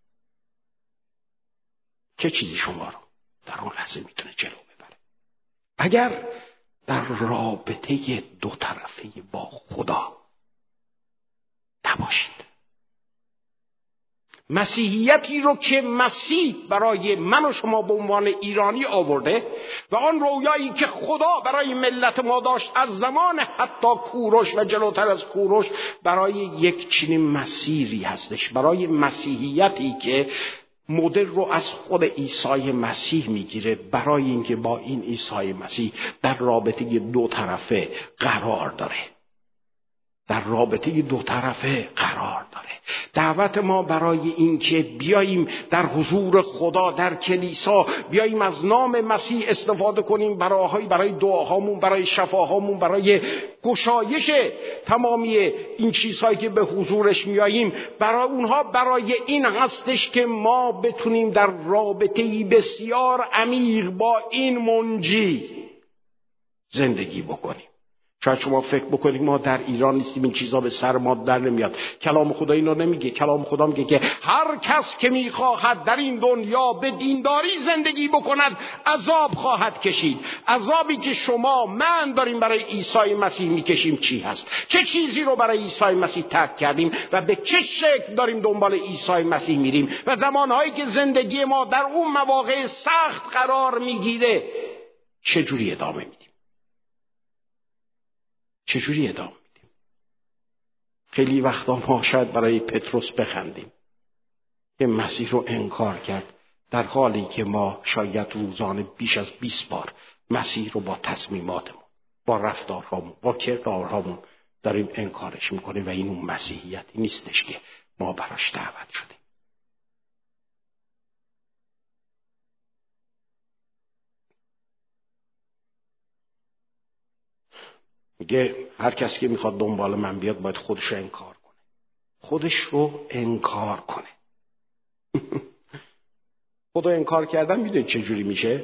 Speaker 1: چه چیزی شما رو در اون لحظه میتونه جلو ببره؟ اگر در رابطه 2 طرفه با خدا نباشید مسیحیتی رو که مسیح برای من و شما به عنوان ایرانی آورده و آن رویایی که خدا برای ملت ما داشت از زمان حتی کوروش و جلوتر از کوروش برای یک چنین مسیری هستش، برای مسیحیتی که مدل رو از خود عیسی مسیح میگیره، برای اینکه با این عیسی مسیح در رابطه دو طرفه قرار داره، در رابطه دو طرفه قرار داره. دعوت ما برای این که بیاییم در حضور خدا در کلیسا، بیاییم از نام مسیح استفاده کنیم برای دعاهامون، برای شفاهامون، برای گشایش تمامی این چیزهایی که به حضورش میاییم، برای اونها برای این هستش که ما بتونیم در رابطه‌ای بسیار عمیق با این منجی زندگی بکنیم. شاید شما فکر بکنید ما در ایران نیستیم، این چیزا به سر ما در نمیاد. کلام خدا اینو نمیگه. کلام خدا میگه که هر کس که میخواهد در این دنیا به دینداری زندگی بکند عذاب خواهد کشید. عذابی که شما من داریم برای عیسی مسیح میکشیم چی هست؟ چه چیزی رو برای عیسی مسیح ترک کردیم و به چه شکل داریم دنبال عیسی مسیح میریم و زمانهایی که زندگی ما در اون مواقع سخت قرار میگیره چجوری ادامه میدیم؟ چجوری ادامه میدیم؟ خیلی وقتا ما شاید برای پتروس بخندیم که مسیح رو انکار کرد، در حالی که ما شاید روزانه بیش از 20 بار مسیح رو با تصمیماتمون، با رفتارهامون، با کردارهامون داریم انکارش میکنیم و این اون مسیحیتی نیستش که ما براش دعوت شدیم. میگه هر کسی که میخواد دنبال من بیاد باید خودش رو انکار کنه. خودش رو انکار کنه. خدا انکار کردن میدونی چجوری میشه؟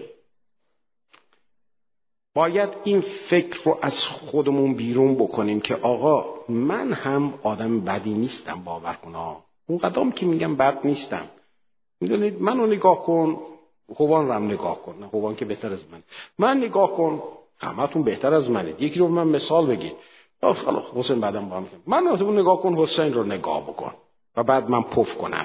Speaker 1: باید این فکر رو از خودمون بیرون بکنیم که آقا من هم آدم بدی نیستم، باور کن. اون قدم که میگم بد نیستم. میدونید منو نگاه کن، خوبان رو هم نگاه کن. نه خوبان که بهتر از من نگاه کن، همتون بهتر از منید. یکی رو من مثال بگید. خلاص حسین بعدم با هم میگم من رو نگاه کن، حسین رو نگاه بکن و بعد من پف کنم.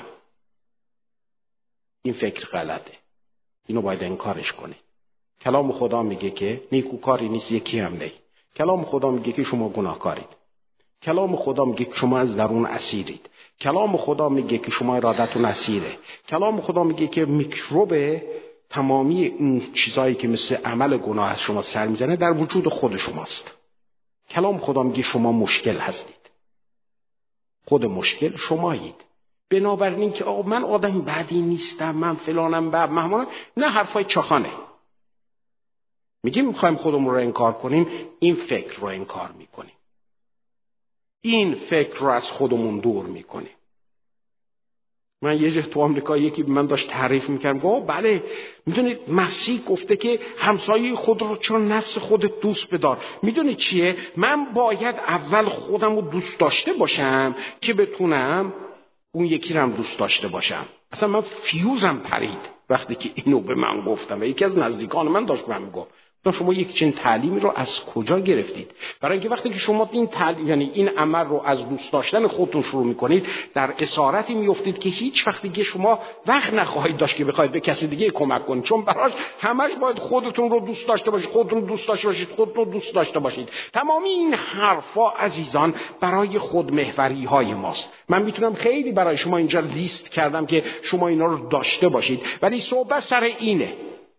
Speaker 1: این فکر غلطه. اینو باید انکارش کنی. کلام خدا میگه که نیکوکاری نیست یکی هم نه. کلام خدا میگه که شما گناهکارید. کلام خدا میگه که شما از درون اسیرید. کلام خدا میگه که شما ارادتون اسیره. کلام خدا میگه که میکروب تمامی این چیزایی که مثل عمل گناه از شما سر میزنه در وجود خود شماست. کلام خدا میگه شما مشکل هستید. خود مشکل شمایید. بنابراین که آقا من آدم بدی نیستم، من فلانم بد مهمانم، نه حرفای چاخانه. میگیم میخوایم خودمون رو انکار کنیم، این فکر رو انکار میکنیم. این فکر رو از خودمون دور میکنیم. من یه جه تو آمریکا یکی به من داشت تعریف میکرد، گفت بله میدونید مسیح گفته که همسایه خود رو چون نفس خودت دوست بدار. میدونید چیه؟ من باید اول خودم رو دوست داشته باشم که بتونم اون یکی رو هم دوست داشته باشم. اصلا من فیوزم پرید وقتی که اینو به من گفتم و یکی از نزدیکان من داشت به من میگفت شما یک چنین تعلیمی رو از کجا گرفتید؟ برای اینکه وقتی که شما این تعلیم، یعنی این عمل رو از دوست داشتن خودتون شروع میکنید، در اسارتی میافتید که هیچ وقت دیگه شما وقت نخواهید داشت که بخواید به کسی دیگه کمک کنید، چون براش همش باید خودتون رو دوست داشته باشید، خودتون دوست داشته باشید، خودتون رو دوست داشته باشید. تمامی این حرفا عزیزان برای خودمحوری های ماست. من میتونم خیلی برای شما اینجا لیست کردم که شما اینا رو داشته باشید، ولی صحبت سر اینه.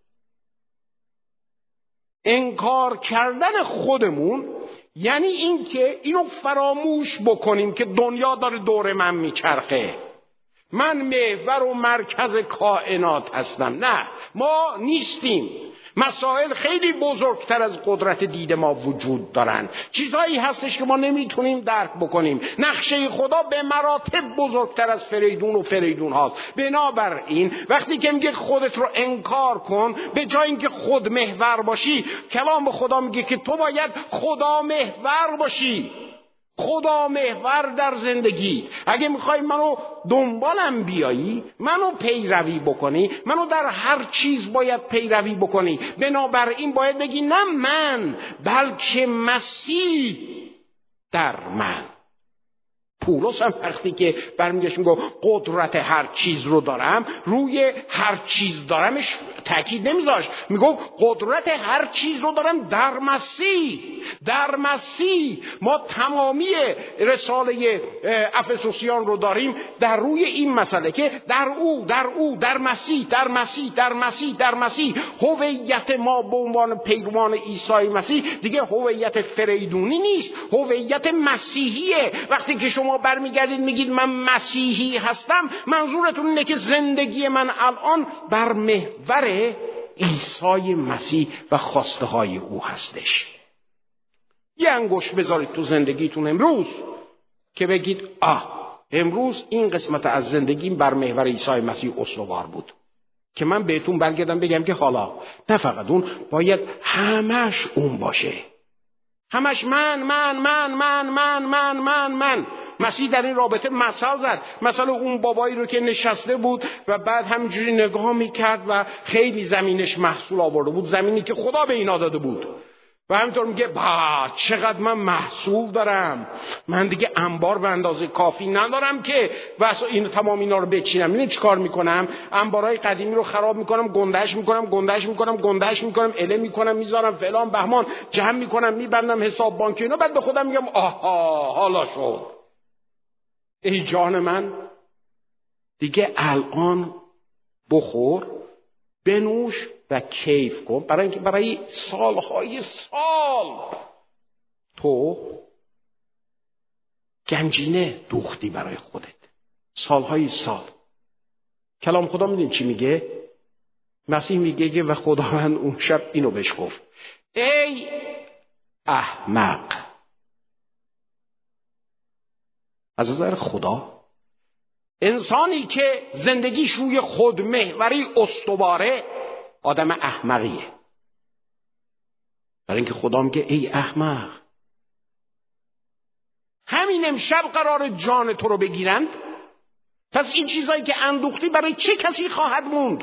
Speaker 1: انکار کردن خودمون یعنی این که اینو فراموش بکنیم که دنیا داره دور من میچرخه، من محور و مرکز کائنات هستم. نه، ما نیستیم. مسائل خیلی بزرگتر از قدرت دید ما وجود دارن. چیزهایی هستش که ما نمیتونیم درک بکنیم. نقشه خدا به مراتب بزرگتر از فریدون و فریدون هاست. بنابراین وقتی که میگه خودت رو انکار کن، به جای اینکه خود محور باشی، کلام خدا میگه که تو باید خدا محور باشی. خدا محور در زندگی. اگه میخوای منو دنبالم بیایی، منو پیروی بکنی، منو در هر چیز باید پیروی بکنی. بنابراین باید بگی نه من، بلکه مسیح در من. پولس هم وقتی که برمیگشت میگه قدرت هر چیز رو دارم، روی هر چیز دارمش تاکید نمیذاشت، میگفت قدرت هر چیز رو دارم در مسیح. در مسیح ما تمامی رساله افسوسیان رو داریم در روی این مسئله که در مسیح هویت ما به عنوان پیروان عیسی مسیح دیگه هویت فریدونی نیست، هویت مسیحیه. وقتی که شما برمیگردید میگید من مسیحی هستم، منظورتون اینه که زندگی من الان بر محور عیسی مسیح و خواسته های او هستش. یه انگشت بذارید تو زندگیتون امروز که بگید امروز این قسمت از زندگیم بر محور عیسی مسیح استوار بود، که من بهتون برگردم بگم که حالا نه فقط اون، باید همش اون باشه، همش من. مسیح در این رابطه مثل زد، مثلا اون بابایی رو که نشسته بود و بعد همینجوری نگاه میکرد و خیلی زمینش محصول آورده بود، زمینی که خدا به اینا داده بود، و همینطور میگه چقدر من محصول دارم، من دیگه انبار به اندازه کافی ندارم که واسه این تمام اینا رو بچینم. این چیکار میکنم؟ انبارهای قدیمی رو خراب میکنم، گندش میکنم، اله میکنم، میذارم فلان بهمان، جمع میکنم، میبندم حساب بانکی اینا، بعد به خودم میگم حالا شد. ای جان من، دیگه الان بخور، بنوش و کیف کن، برای اینکه برای سالهای سال تو گنجینه دوختی برای خودت، سالهای سال. کلام خدا میدونی چی میگه؟ مسیح میگه که و خداوند اون شب اینو بهش گفت، ای احمق. از نظر خدا انسانی که زندگیش روی خودمحوری استواره آدم احمقیه. برای اینکه خدا میگه ای احمق، همین امشب قرار جان تو رو بگیرند، پس این چیزایی که اندوختی برای چه کسی خواهد موند؟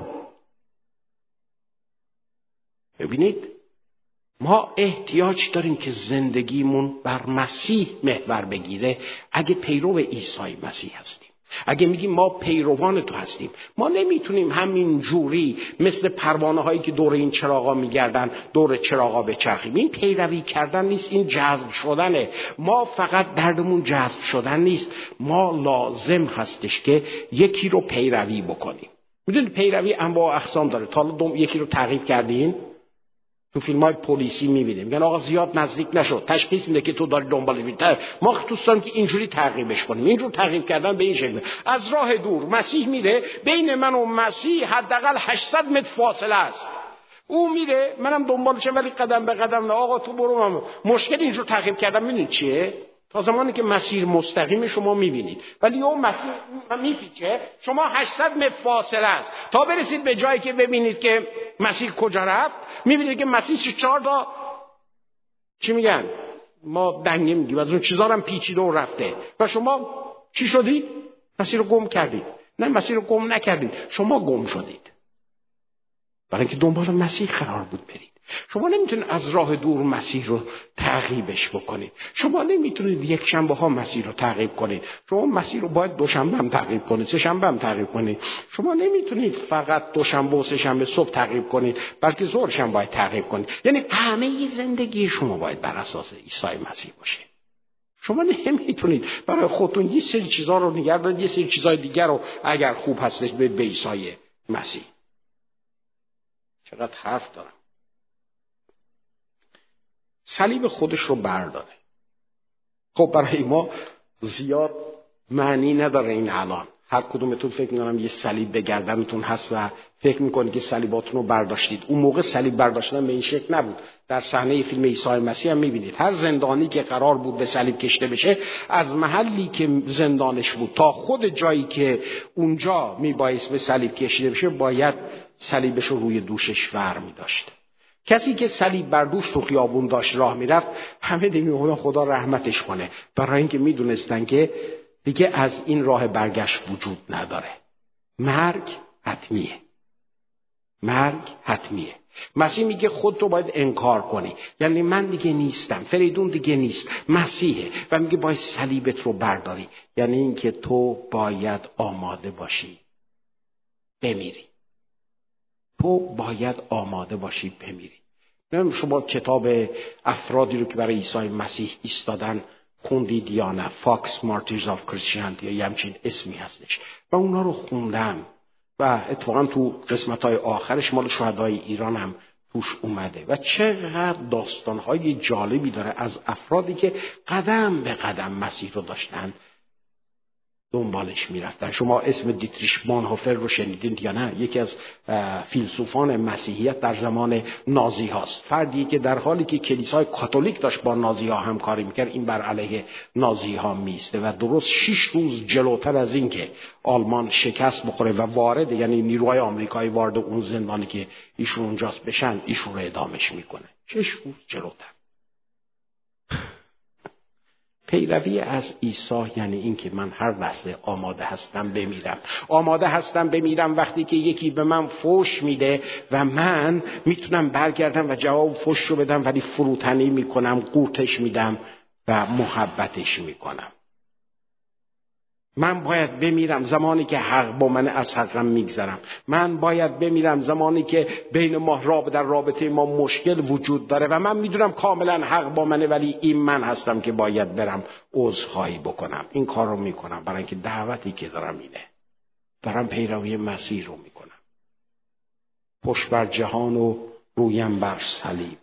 Speaker 1: ببینید، ما احتیاج داریم که زندگیمون بر مسیح محور بگیره. اگه پیرو عیسی مسیح هستیم، اگه میگیم ما پیروان تو هستیم، ما نمیتونیم همین جوری مثل پروانه هایی که دور این چراغا میگردن دور چراغا بچرخیم. این پیروی کردن نیست، این جذب شدنه. ما فقط دردمون جذب شدن نیست، ما لازم هستش که یکی رو پیروی بکنیم. میدونید پیروی انواع اقسام داره. تا حالا یکی رو تعقیب کردین؟ تو فیلم‌های پلیسی می‌بینیم میگن آقا زیاد نزدیک نشو، تشخیص میده که تو داری دنبالش می‌ری. ما دوست داریم که اینجوری تعقیبش کنیم. اینجور تعقیب کردن به این شکل، از راه دور مسیح میره، بین من و مسیح حداقل 800 متر فاصله است. او میره، منم دنبالشم، ولی قدم به قدم نه. آقا تو برو. مشکل اینجور تعقیب کردن میدونید چیه؟ تا زمانی که مسیر مستقیم شما میبینید، ولی اون مسیر میپیچه، شما 800 متر فاصله است تا برسید به جایی که ببینید که مسیر کجا رفت. میبینید که مسیر 4 تا چی میگن، ما دنگه میگیم، از اون چیزا هم پیچیده و رفته، و شما چی شدید؟ مسیر رو گم کردید. نه، مسیر رو گم نکردید، شما گم شدید، برای اینکه دنبال مسیح قرار بود برید. شما نمیتونید از راه دور مسیح رو تعقیبش بکنید. شما نمیتونید یک شنبه ها مسیح رو تعقیب کنید. شما مسیح رو باید دوشنبه هم تعقیب کنید، سه شنبه هم تعقیب کنید. شما نمیتونید فقط دوشنبه و سه شنبه صبح تعقیب کنید، بلکه ظهرش هم باید تعقیب کنید. یعنی همه زندگی شما باید بر اساس عیسی مسیح باشه. شما نمیتونید برای خودتون یه سری چیزا رو نگه دارید، یه سری چیزای دیگر رو اگر خوب هستش به عیسی مسیح. چقدر حرف دارم. صلیب خودش رو برداره. خب برای ما زیاد معنی نداره این الان. هر کدومتون فکر می‌کنم یه صلیب به گردنتون هست و فکر می‌کنید که صلیباتون رو برداشتید. اون موقع صلیب برداشتن به این شکل نبود. در صحنه فیلم عیسی مسیح هم می‌بینید هر زندانی که قرار بود به صلیب کشته بشه، از محلی که زندانش بود تا خود جایی که اونجا میبایست به صلیب کشیده بشه، باید صلیبش رو روی دوشش ور می‌داشت. کسی که صلیب بر دوش تو خیابون داشت راه میرفت، همه میگفتن خدا رحمتش کنه، برای اینکه میدونستن که دیگه از این راه برگشت وجود نداره، مرگ حتمیه. مرگ حتمیه. مسیح میگه خودتو باید انکار کنی، یعنی من دیگه نیستم، فریدون دیگه نیست، مسیحه. و میگه باید صلیبت رو برداری، یعنی اینکه تو باید آماده باشی بمیری. تو باید آماده باشی بمیری. شما کتاب افرادی رو که برای عیسی مسیح ایستادن خوندید یا نه؟ فاکس مارتیرز آف کریستیانیتی یا همچین اسمی هستش و اونا رو خوندم و اتفاقا تو قسمت‌های آخرش مال شهدای ایران هم توش اومده و چقدر داستان‌های جالبی داره از افرادی که قدم به قدم مسیح رو داشتن دنبالش میرفتن. شما اسم دیتریش بونهوفر رو شنیدین یا نه؟ یکی از فیلسوفان مسیحیت در زمان نازی هاست. فردی که در حالی که کلیسای کاتولیک داشت با نازی ها همکاری میکرد، این بر علیه نازی ها میسته و درست 6 روز جلوتر از این که آلمان شکست بخوره و وارد، یعنی نیروهای آمریکایی وارد اون زندانی که ایشون اونجاست بشن، ایشون رو اعدامش میکنه. 6 روز جلوتر. پیروی از عیسی یعنی این که من هر لحظه آماده هستم بمیرم. آماده هستم بمیرم وقتی که یکی به من فحش میده و من میتونم برگردم و جواب فحش رو بدم، ولی فروتنی میکنم، قورتش میدم و محبتش میکنم. من باید بمیرم زمانی که حق با من از حقم میگذرم. من باید بمیرم زمانی که بین ما در رابطه ما مشکل وجود داره و من میدونم کاملا حق با منه، ولی این من هستم که باید برم عذرخواهی بکنم. این کار رو میکنم برای اینکه دعوتی که دارم اینه، دارم پیروی مسیح رو میکنم. پشت بر جهان و رویم بر صلیب.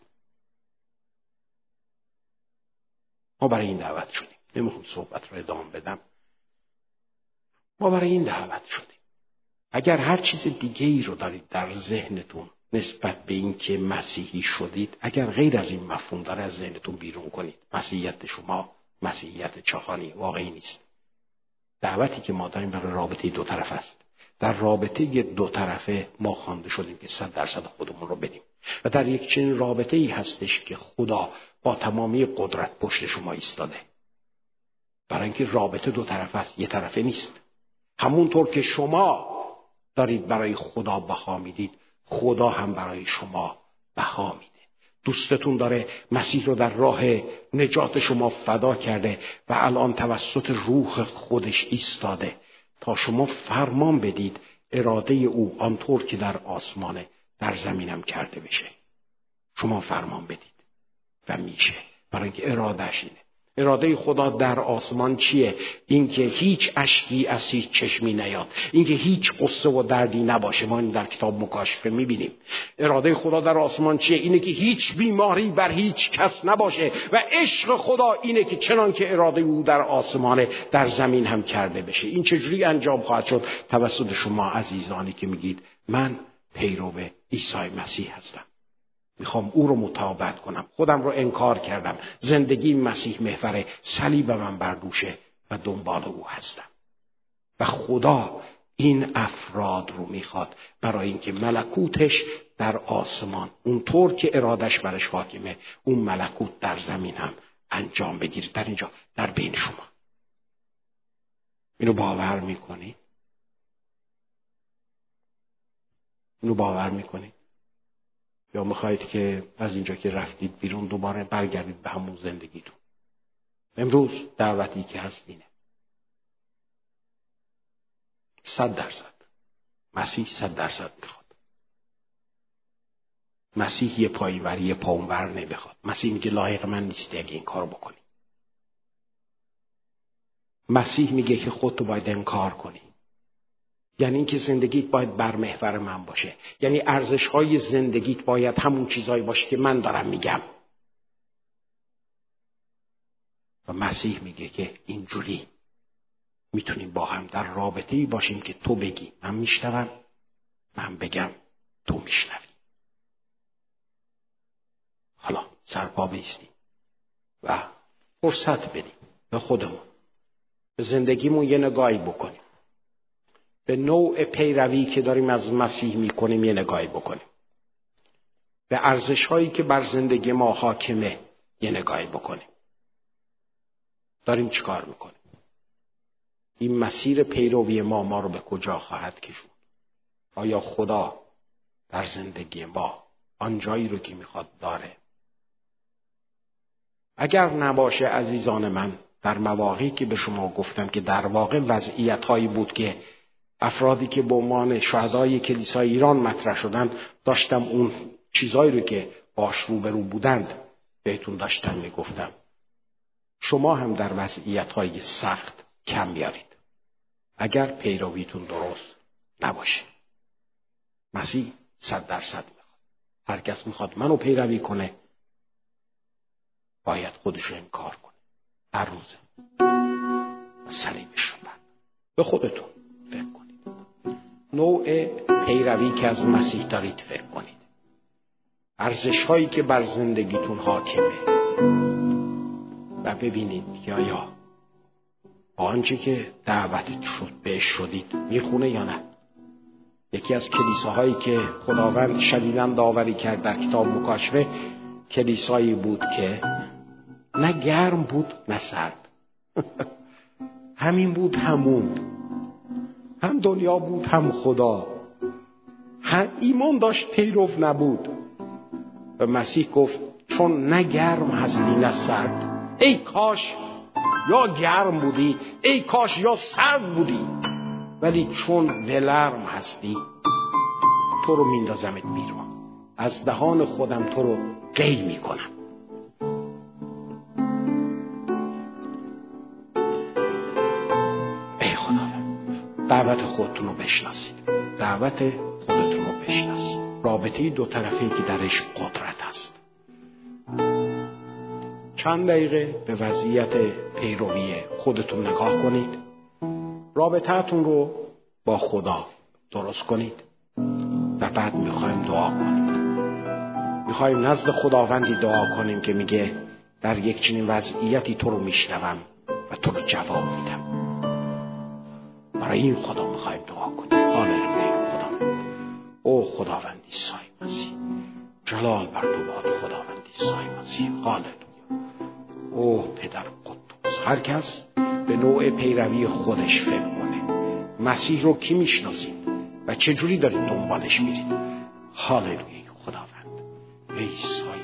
Speaker 1: ما برای این دعوت شدیم. نمیخوام صحبت رو ادامه بدم. ما برای این دعوت شدیم. اگر هر چیز دیگه ای رو دارید در ذهنتون نسبت به این که مسیحی شدید، اگر غیر از این مفهوم داره از ذهنتون بیرون کنید. مسیحیت شما مسیحیت چاخانی واقعی نیست. دعوتی که ما داریم برای رابطه دو طرف است. در رابطه دو طرفه ما خوانده شدیم که 100% خودمون رو بدیم و در یک چنین رابطه ای هستش که خدا با تمامی قدرت پشت شما ایستاده. برای اینکه رابطه دو طرفه است، یک طرفه نیست. همونطور که شما دارید برای خدا بها میدید، خدا هم برای شما بها میده. دوستتون داره مسیح رو در راه نجات شما فدا کرده و الان توسط روح خودش ایستاده تا شما فرمان بدید اراده او آنطور که در آسمانه در زمینم کرده بشه. شما فرمان بدید و میشه، برای اینکه ارادهش اینه. اراده خدا در آسمان چیه؟ اینکه هیچ اشکی از هیچ چشمی نیاد، اینکه هیچ قصه و دردی نباشه. ما این در کتاب مکاشفه میبینیم. اراده خدا در آسمان چیه؟ اینه که هیچ بیماری بر هیچ کس نباشه و عشق خدا اینه که چنان که اراده او در آسمانه در زمین هم کرده بشه. این چجوری انجام خواهد شد؟ توسط شما عزیزانی که میگید من پیرو عیسی مسیح هستم، میخوام او رو مطابقت کنم، خودم رو انکار کردم، زندگی مسیح محوره، صلیب من بر دوشه و دنبال او هستم. و خدا این افراد رو میخواد برای اینکه ملکوتش در آسمان اونطور که ارادش برش حاکمه، اون ملکوت در زمین هم انجام بگیره. در اینجا در بین شما. اینو باور میکنی؟ اینو باور میکنی؟ یا میخواید که از اینجا که رفتید بیرون دوباره برگردید به همون زندگیتون؟ امروز دعوتی که هست اینه. 100% مسیح 100% میخواد. مسیح یه پایینوری یه پاونور نمیخواد. مسیح میگه لایق من نیستی اگه این کار بکنی. مسیح میگه که خودتو باید انکار کنی. یعنی اینکه زندگیت باید بر محور من باشه. یعنی ارزش‌های زندگیت باید همون چیزایی باشه که من دارم میگم. و مسیح میگه که اینجوری میتونیم با هم در رابطه‌ای باشیم که تو بگی من میشنوم، من بگم تو میشنوی. حالا سرپا بایستیم و فرصت بدیم به خودمون، به زندگیمون یه نگاهی بکنیم، به نوع پیروی که داریم از مسیح میکنیم یه نگاهی بکنیم، به ارزش‌هایی که بر زندگی ما حاکمه یه نگاهی بکنیم. داریم چیکار میکنیم؟ این مسیر پیروی ما رو به کجا خواهد کشوند؟ آیا خدا در زندگی ما آن جایی رو که میخواد داره. اگر نباشه عزیزان من، در مواقعی که به شما گفتم که در واقع وضعیت‌هایی بود که افرادی که به عنوان شهدای کلیسای ایران مطرح شدن، داشتم اون چیزایی رو که باش روبرو بودند بهتون داشتم میگفتم. شما هم در وضعیت‌های سخت کم بیارید اگر پیرویتون درست نباشه. مسیح 100% میخواد. هر کس میخواد منو پیروی کنه باید خودشو انکار کنه هر روزه و صلیبشو بر. به خودتون فکر کنید، نوع پیروی که از مسیح دارید فکر کنید، ارزش هایی که بر زندگیتون حاکمه و ببینید یا با آنچه که دعوت شد بهش شدید میخونه یا نه. یکی از کلیساهایی که خداوند شدیداً داوری کرد در کتاب مکاشفه، کلیسایی بود که نه گرم بود نه سرد همین بود همون، هم دنیا بود هم خدا، هم ایمان داشت پیرو نبود. و مسیح گفت چون نه گرم هستی نه سرد، ای کاش یا گرم بودی، ای کاش یا سرد بودی، ولی چون ولرم هستی تو رو میندازمت بیرون، از دهان خودم تو رو قی میکنم. ای خدا، دعوت خودتون رو بشناسید، دعوت خودتون رو بشناسید. رابطه دو طرفه‌ای که درش قدرت هست. چند دقیقه به وضعیت پیروی خودتون نگاه کنید، رابطه‌تون رو با خدا درست کنید و بعد میخوایم دعا کنیم. میخوایم نزد خداوندی دعا کنیم که میگه در یک چنین وضعیتی تو رو میشنوم و تو رو جواب میدم. برای این خدا میخوایم دعا کنیم. هاللویا خدا. او خداوند عیسی مسیح، جلال بر تو باد خداوند عیسی مسیح. هاللویا. او پدر قدوس، هر کس به نوع پیروی خودش فکر کنه. مسیح رو کی میشناسید و چه جوری دارید دنبالش میرید؟ هاللویا خداوند. عیسی